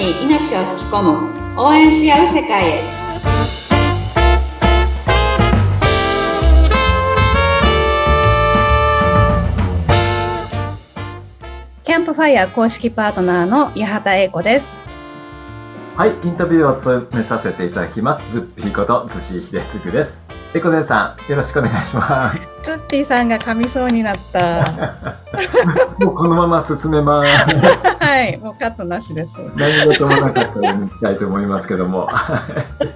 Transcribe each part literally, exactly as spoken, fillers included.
に命を吹き込む応援し合う世界へ。キャンプファイヤー公式パートナーの八幡英子です。 はい、インタビューを務めさせていただきますズッピーこと辻秀嗣です。英子姉さん、よろしくお願いします。 ズッピーさんが噛みそうになったもうこのまま進めますはい、もうカットなしです。 何事もなかったようにいきたいと思いますけどもあ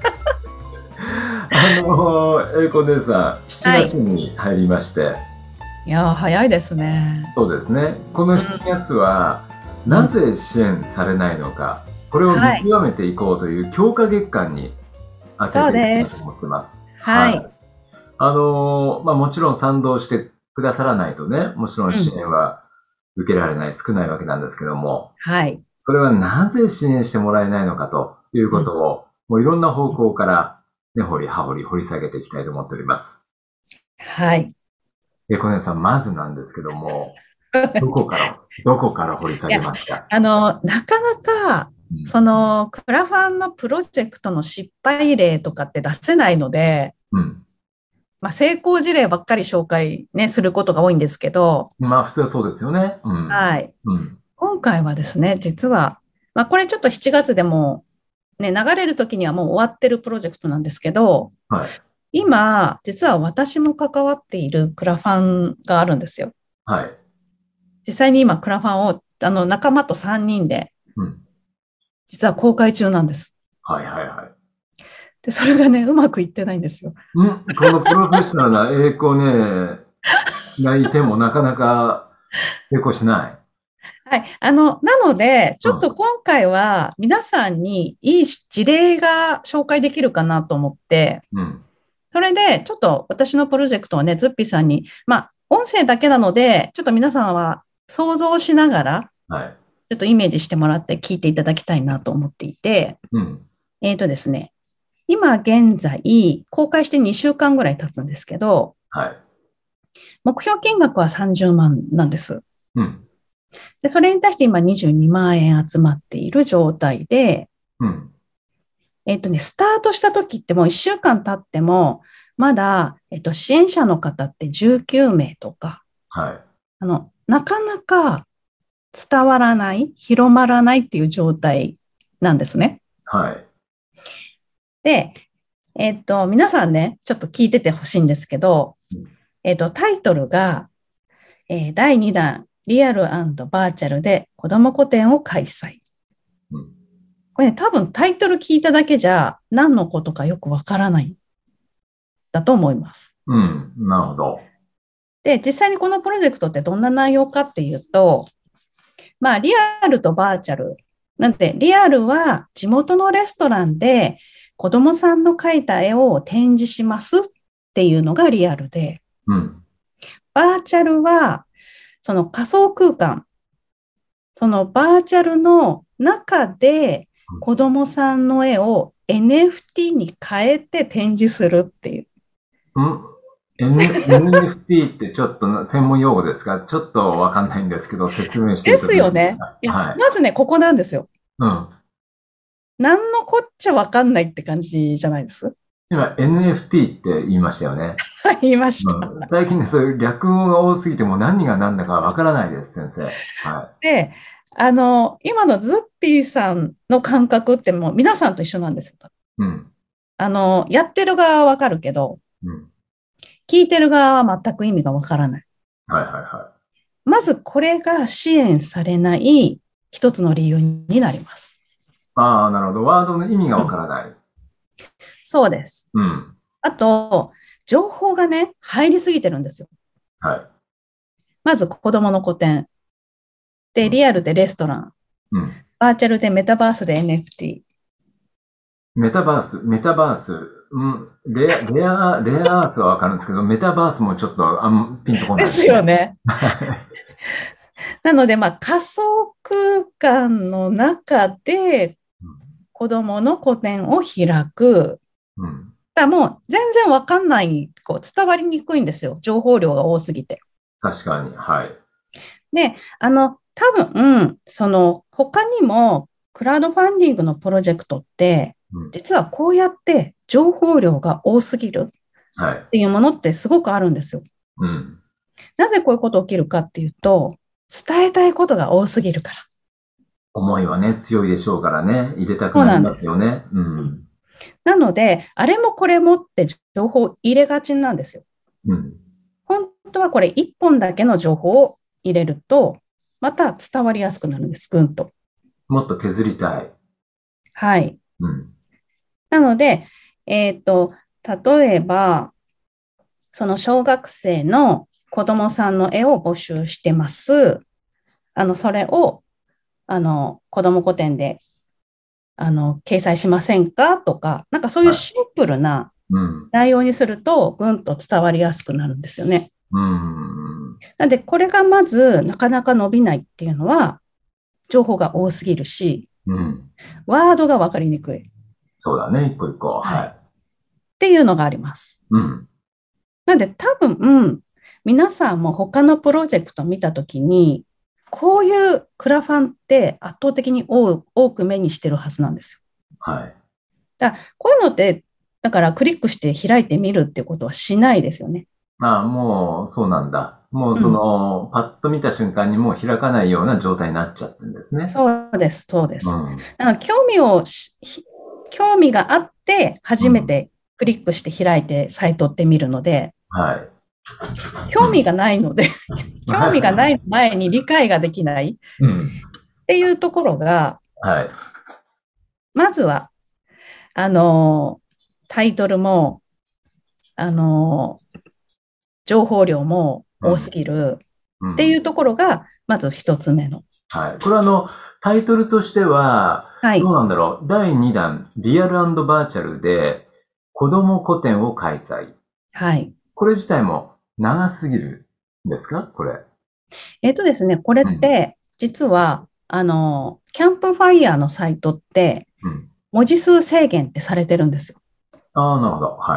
の英子姉さん、しちがつに入りまして、はい、 いや早いですね。 そうですね。このしちがつは、うん、なぜ支援されないのか、これを見極めていこうという強化月間に当てていきたいと思ってます。 はい。はい、 あのー、まあもちろん賛同してくださらないとね、もちろん支援は受けられない、うん、少ないわけなんですけども、 はい。 それはなぜ支援してもらえないのかということを、うん、もういろんな方向から根掘り葉掘り掘り下げていきたいと思っております。 はい。 え、小根さん、まずなんですけども、どこから、どこから掘り下げますか？ あの、なかなか、うん、その、クラファンのプロジェクトの失敗例とかって出せないので、うん、まあ、成功事例ばっかり紹介ね、することが多いんですけど。 まあ、普通はそうですよね。うん、 はい、うん。今回はですね、実は、まあ、これちょっとしちがつでも、ね、流れる時にはもう終わってるプロジェクトなんですけど、 はい、 今、実は私も関わっているクラファンがあるんですよ。 はい。 実際に今、クラファンを、あの、仲間とさんにんで、うん、実は公開中なんです。 はいはいはい。 で、それがね、うまくいってないんですよ。 んこのプロフェッショナルな英語ね、泣いてもなかなか成功しない。 はい。あの、なので、ちょっと今回は皆さんにいい事例が紹介できるかなと思って、うん、それで、ちょっと私のプロジェクトをね、ズッピーさんに、まあ、音声だけなので、ちょっと皆さんは想像しながら、はい、ちょっとイメージしてもらって聞いていただきたいなと思っていて、うん、えっとですね、今現在、公開してにしゅうかんぐらい経つんですけど、はい、目標金額はさんじゅうまんなんです。うん、でそれに対して今にじゅうにまんえん集まっている状態で、うん、えっとね、スタートした時ってもういっしゅうかん経っても、まだ、えっと、支援者の方ってじゅうきゅうめいとか、はい、あの、なかなか伝わらない、広まらないっていう状態なんですね。はい。で、えっと、皆さんね、ちょっと聞いててほしいんですけど、うん、えっと、タイトルが、えー、だいにだん、リアル&バーチャルで子ども個展を開催。うん、これね、多分タイトル聞いただけじゃ何のことかよくわからないだと思います。 うん、なるほど。 で、実際にこのプロジェクトってどんな内容かっていうと、まあ、リアルとバーチャル。なんで、リアルは地元のレストランで子供さんの描いた絵を展示しますっていうのがリアルで、うん、バーチャルはその仮想空間、そのバーチャルの中で子供さんの絵を エヌエフティー に変えて展示するっていう。 うん、N、エヌエフティー ってちょっと専門用語ですか？ちょっとわかんないんですけど、説明していただけますか？ ですよね。いや、はい、まずね、ここなんですよ。うん。何のこっちゃわかんないって感じじゃないです？ 今、エヌエフティー って言いましたよね。 言いました。 うん、最近ね、そういう略語が多すぎても何が何だかわからないです、先生。はい。 で、あの、今のズッピーさんの感覚ってもう皆さんと一緒なんですよ。うん。あの、やってる側はわかるけど、うん、聞いてる側は全く意味がわからない。 はいはいはい。 まずこれが支援されない一つの理由になります。 ああ、なるほど。ワードの意味がわからない、うん。 そうです。うん。あと、情報がね、入りすぎてるんですよ。はい。まず子供の個展。で、リアルでレストラン。うん。バーチャルでメタバースで エヌエフティー。 メタバース、メタバース。うん、レア、レア、レアアースはわかるんですけど、メタバースもちょっとあんピンとこないですよね。なので、まあ、仮想空間の中で子供の個展を開く。うん、だもう全然わかんない、こう伝わりにくいんですよ。情報量が多すぎて。 確かに、はい。 で、あの、多分、その、他にも、 クラウドファンディングのプロジェクトって、うん、実はこうやって情報量が多すぎるっていうものってすごくあるんですよ。 はい、うん、 なぜこういうこと起きるかっていうと、伝えたいことが多すぎるから。 思いはね、強いでしょうからね、入れたくなりますよね。うん、 なので、あれもこれもって情報を入れがちなんですよ。 うん、 本当はこれ一本だけの情報を入れると、また伝わりやすくなるんです、ぐんと。 もっと削りたい。 はい。 うん、 なので、えっと、例えば、その小学生の子供さんの絵を募集してます。あの、それを、あの、子供古典で、あの、掲載しませんかとか、なんかそういうシンプルな内容にすると、ぐんと伝わりやすくなるんですよね。 うん。 なんで、これがまず、なかなか伸びないっていうのは、情報が多すぎるし、 うん、 ワードがわかりにくい。 そうだね、一個一個。はい。はい、 っていうのがあります。 うん。 なんで多分、うん、皆さんも他のプロジェクト見たときに、こういうクラファンって圧倒的に多く目にしてるはずなんですよ。 はい。 だからこういうのって、だからクリックして開いてみるっていうことはしないですよね。 ああ、もう、そうなんだ。もう、その、うん、パッと見た瞬間にもう開かないような状態になっちゃってるんですね。 そうです、そうです。 うん、 だから興味を、興味があって、初めてクリックして開いてサイトって見るので、 うん、はい。 興味がないので、興味がない前に理解ができないっていうところが、 はい、 まずは、あの、タイトルも、あの、情報量も多すぎるっていうところが、まず一つ目の。 はい。これはあの、タイトルとしては、はい、どうなんだろう。だいにだん、リアル&バーチャルで、子供個展を開催。 はい。 これ自体も長すぎるんですかこれ。 えっとですね、これって、実は、うん、あの、キャンプファイヤーのサイトって、文字数制限ってされてるんですよ。 ああ、なるほど。はい。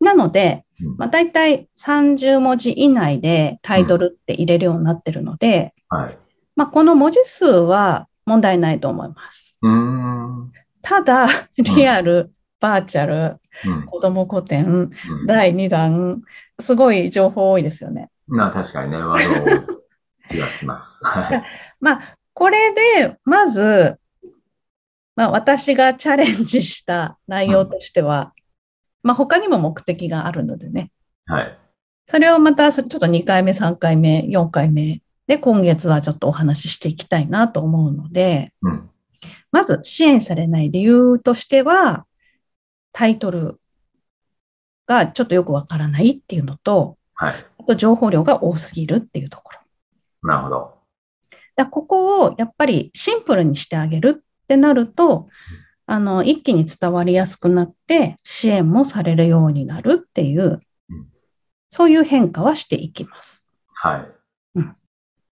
なので、まあ、大体さんじゅうもじ以内でタイトルって入れるようになってるので、 うん、はい。 まあ、この文字数は問題ないと思います。 うーん、 ただ、リアル、うん、バーチャル、うん、子供古典、うん、だいにだん、すごい情報多いですよね。 まあ確かにね、ワードを気がします。はい。 まあ、これで、まず、まあ、私がチャレンジした内容としては、うん、まあ、他にも目的があるのでね。 はい。 それをまた、ちょっとにかいめ、さんかいめ、よんかいめで、今月はちょっとお話ししていきたいなと思うので、うん、まず支援されない理由としては、タイトルがちょっとよくわからないっていうのと、はい、あと情報量が多すぎるっていうところ。 なるほど。 だここをやっぱりシンプルにしてあげるってなると、あの、一気に伝わりやすくなって支援もされるようになるっていう、うん、そういう変化はしていきます。 はい。うん、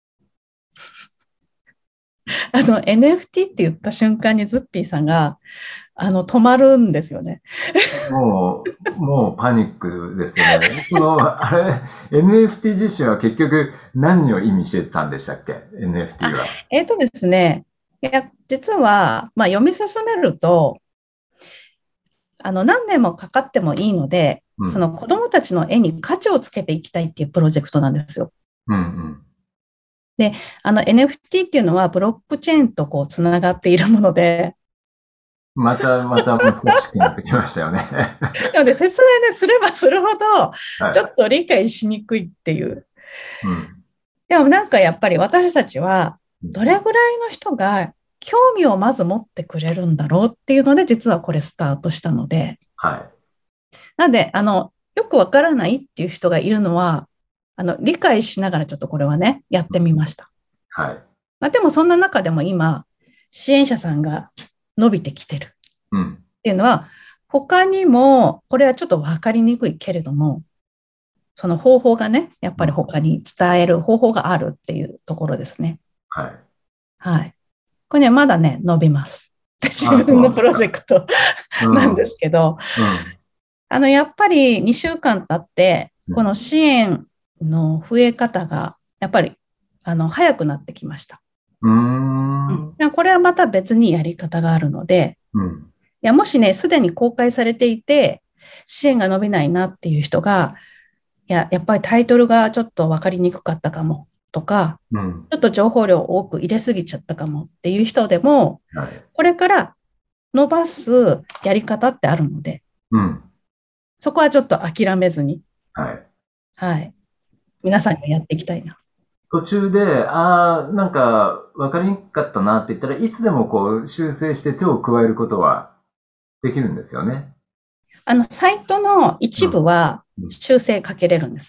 あの、エヌエフティー って言った瞬間にズッピーさんが、あの、止まるんですよね。 もう、もうパニックですよね。その、あれ、エヌエフティー 自身は結局何を意味してたんでしたっけ ?エヌエフティー は。 えっとですね、いや、実は、まあ、読み進めると、あの、何年もかかってもいいので、うん、その子供たちの絵に価値をつけていきたいっていうプロジェクトなんですよ。 うんうん、 で、あの エヌエフティー っていうのはブロックチェーンとこうつながっているもので、 また、また難しくなってきましたよね。 なので、説明ね、すればするほど、ちょっと理解しにくいっていう。はい、うん、でもなんかやっぱり私たちは、どれぐらいの人が興味をまず持ってくれるんだろうっていうので、実はこれスタートしたので。 はい。 なんで、あの、よくわからないっていう人がいるのは、あの、理解しながらちょっとこれはね、やってみました。 はい。 まあ、でもそんな中でも今、支援者さんが伸びてきてるっていうのは、うん、他にも、これはちょっと分かりにくいけれども、その方法がね、やっぱり他に伝える方法があるっていうところですね。 はい。 はい。これね、まだね、伸びます。自分のプロジェクトなんですけど、うんうん、あの、やっぱりにしゅうかん経って、この支援の増え方が、やっぱり、あの、早くなってきました。 うーん。 これはまた別にやり方があるので、うん、いやもしね、すでに公開されていて、支援が伸びないなっていう人が、いや、やっぱりタイトルがちょっと分かりにくかったかもとか、うん、ちょっと情報量多く入れすぎちゃったかもっていう人でも、はい、これから伸ばすやり方ってあるので、うん、そこはちょっと諦めずに、はい。はい。皆さんがやっていきたいな。 途中で、ああ、なんか分かりにくかったなって言ったらいつでもこう修正して手を加えることはできるんですよね。 あの、サイトの一部は修正かけれるんです。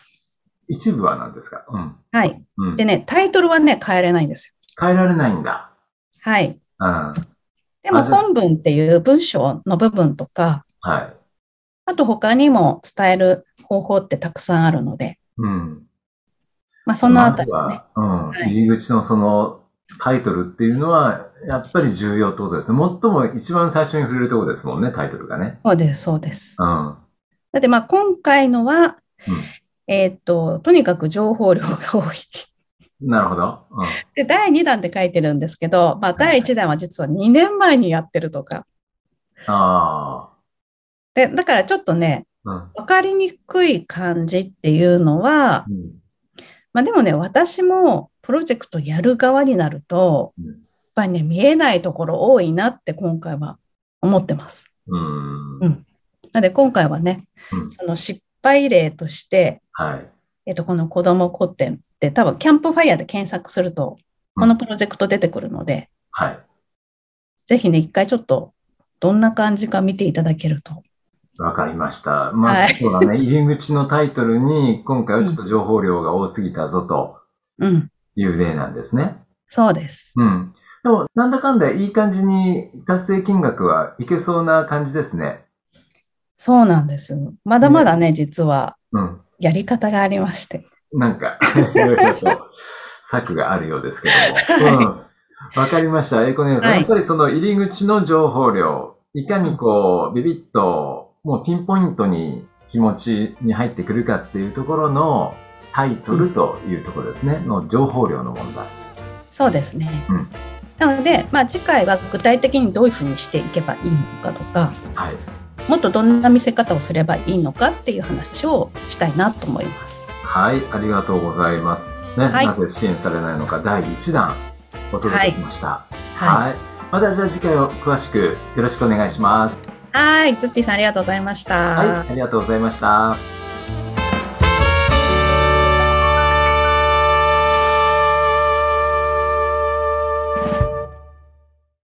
うんうん、一部は何ですか？うん。 はい、うん。でね、タイトルはね、変えれないんですよ。 変えられないんだ。 はい。うん、でも本文っていう文章の部分とか、はい。あと他にも伝える方法ってたくさんあるので、うん。まあ、そのあたり、ね。 まずは、うん、はい、入り口のそのタイトルっていうのは、やっぱり重要ってことですね。最も一番最初に触れるところですもんね、タイトルがね。 そうです、そうです。うん。だってまあ今回のは、うん、えっと、とにかく情報量が多い。 なるほど。 うん、で、だいにだんで書いてるんですけど、まあ、だいいちだんは実はにねんまえにやってるとか。ああ。で、だからちょっとね、うん、わかりにくい感じっていうのは、うん、まあでもね、私もプロジェクトやる側になると、うん、やっぱりね、見えないところ多いなって今回は思ってます。うん。うん。なので今回はね、うん、その失敗例として、はい。えっと、この子ども古典って多分キャンプファイヤーで検索すると、このプロジェクト出てくるので、うん、はい。ぜひね、一回ちょっとどんな感じか見ていただけると。 わかりました。まずそうだね、はい、入り口のタイトルに今回はちょっと情報量が多すぎたぞという例なんですね。うん、 そうです。 うん。でも、なんだかんだいい感じに達成金額はいけそうな感じですね。 そうなんですよ。まだまだね、ね実は、やり方がありまして。 うん、なんか、いろいろと策があるようですけども。はい、うん。わかりました。エイコネさん、はい、やっぱりその入り口の情報量、いかにこう、ビビッと、もうピンポイントに気持ちに入ってくるかっていうところのタイトルというところですね、うん、の情報量の問題。 そうですね。うん、なので、まあ、次回は具体的にどういうふうにしていけばいいのかとか、はい、もっとどんな見せ方をすればいいのかっていう話をしたいなと思います。 はい、ありがとうございます。ね、はい、なぜ支援されないのかだいいちだんお届けしました。はい。はいはい、またじゃあ次回を詳しくよろしくお願いします。 はい、ズッピーさんありがとうございました。 はい、ありがとうございました。